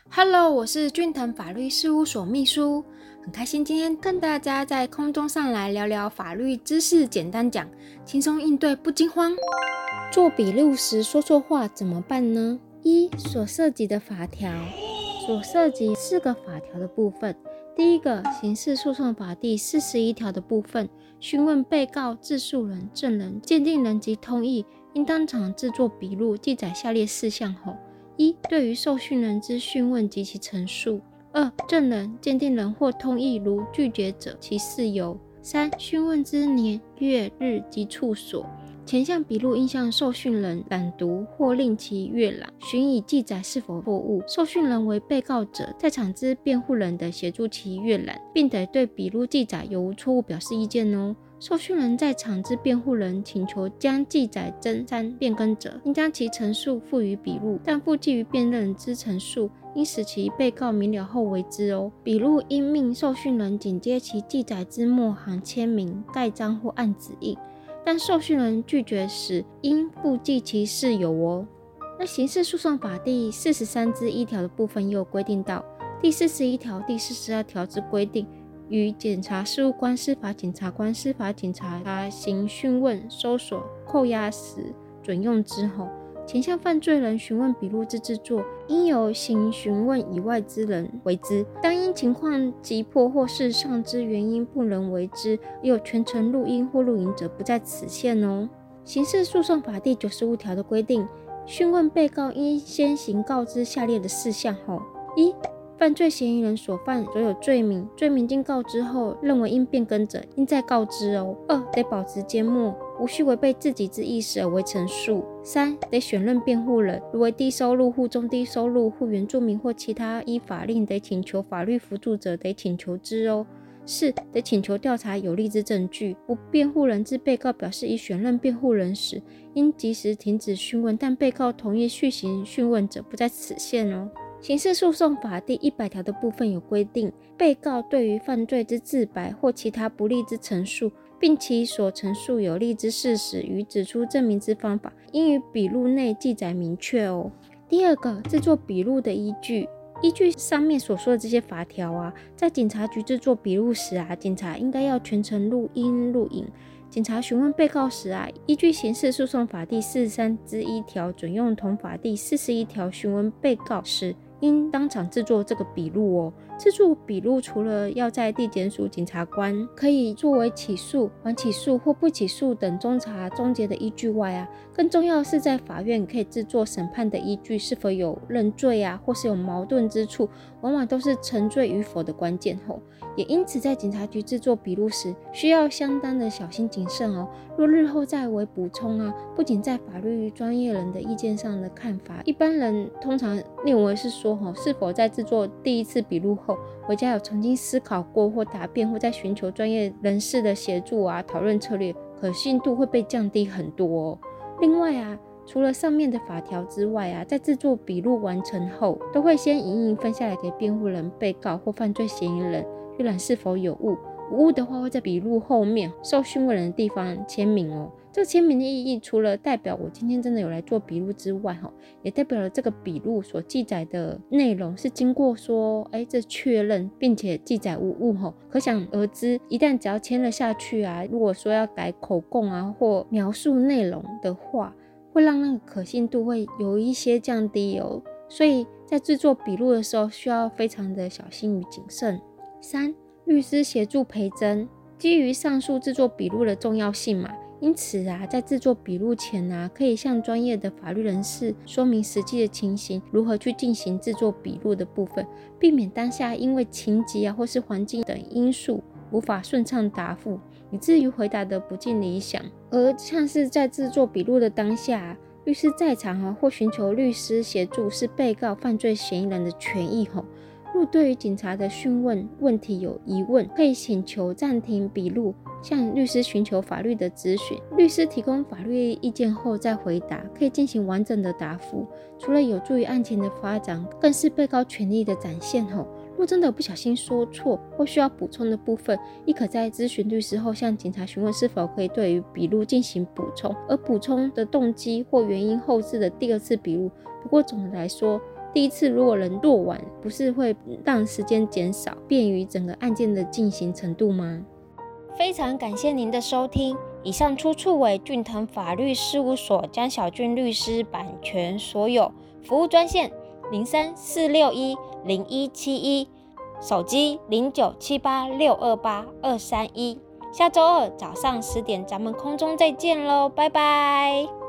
Hello，我是俊腾法律事务所秘书，很开心今天跟大家在空中上来聊聊法律知识，简单讲，轻松应对不惊慌。做笔录时说错话怎么办呢？一、所涉及的法条，所涉及4个法条的部分。第一个，刑事诉讼法第41条的部分，询问被告、自诉人、证人、鉴定人及通译，应当场制作笔录，记载下列事项后。一、对于受讯人之讯问及其陈述。二、证人、鉴定人或通译如拒绝者，其事由。三、讯问之年月日及处所。前项笔录应向受讯人览读或令其阅览，询以记载是否错误。受讯人为被告者，在场之辩护人得协助其阅览，并得对笔录记载有无错误表示意见哦。受讯人在场之辩护人请求将记载增删变更者，应将其陈述附于笔录，但附记于辩论之陈述，应使其被告明了后为之哦。笔录应命受讯人紧接其记载之末行签名、盖章或按指印，但受讯人拒绝时，应附记其事由哦。那刑事诉讼法第43之1条的部分又有规定到，第41条、第42条之规定，于检察事务官、司法检察官、司法警察行讯问、搜索、扣押时准用之后，前项犯罪人询问笔录之制作，应由行询问以外之人为之。当因情况急迫或是上之原因不能为之，有全程录音或录影者，不在此限哦。刑事诉讼法第95条的规定，讯问被告应先行告知下列的事项后：一、犯罪嫌疑人所犯所有罪名，罪名经告知后认为应变更者，应再告知哦。二、得保持缄默，无需违背自己之意识而为陈述。三、得选任辩护人，如为低收入户、中低收入户、原住民或其他依法令得请求法律辅助者，得请求之哦。四、得请求调查有利之证据。无辩护人之被告表示已选任辩护人时，应及时停止讯问，但被告同意续行讯问者，不在此限哦。刑事诉讼法第100条的部分有规定，被告对于犯罪之自白或其他不利之陈述，并其所陈述有利之事实与指出证明之方法，应于笔录内记载明确哦。第二个，制作笔录的依据。依据上面所说的这些法条啊，在警察局制作笔录时啊，警察应该要全程录音录影。警察询问被告时啊，依据刑事诉讼法第43之1条准用同法第41条询问被告时，应当场制作这个笔录哦。制作笔录除了要在地检署检察官可以作为起诉、缓起诉或不起诉等终查终结的依据外啊，更重要的是在法院可以制作审判的依据，是否有认罪啊，或是有矛盾之处，往往都是成罪与否的关键吼。也因此在警察局制作笔录时，需要相当的小心谨慎哦。若日后再为补充啊，不仅在法律专业人的意见上的看法，一般人通常认为是说是否在制作第一次笔录后，回家有重新思考过或答辩，或在寻求专业人士的协助啊，讨论策略，可信度会被降低很多哦。另外啊，除了上面的法条之外啊，在制作笔录完成后，都会先一一分下来给辩护人、被告或犯罪嫌疑人阅览是否有误，无误的话会在笔录后面受讯问人的地方签名哦。这个签名的意义，除了代表我今天真的有来做笔录之外，也代表了这个笔录所记载的内容是经过说这确认并且记载无误。可想而知，一旦只要签了下去啊，如果说要改口供啊或描述内容的话，会让那个可信度会有一些降低哦。所以在制作笔录的时候需要非常的小心与谨慎。三、律师协助陪侦。基于上述制作笔录的重要性嘛，因此啊，在制作笔录前啊，可以向专业的法律人士说明实际的情形，如何去进行制作笔录的部分，避免当下因为情急啊或是环境等因素无法顺畅答复，以至于回答的不尽理想。而像是在制作笔录的当下，律师在场或寻求律师协助是被告犯罪嫌疑人的权益。若对于警察的讯问问题有疑问，可以请求暂停笔录，向律师寻求法律的咨询。律师提供法律意见后再回答，可以进行完整的答复。除了有助于案情的发展，更是被告权利的展现。若真的不小心说错或需要补充的部分，亦可在咨询律师后向警察询问是否可以对于笔录进行补充，而补充的动机或原因后置的第二次笔录。不过总的来说， 第一次如果能做完，不是会让时间减少，便于整个案件的进行程度吗？非常感谢您的收听，以上出处为俊腾法律事务所江小俊律师版权所有，服务专线03-461-0171，手机0978628231。下周二早上10点咱们空中再见咯，拜拜。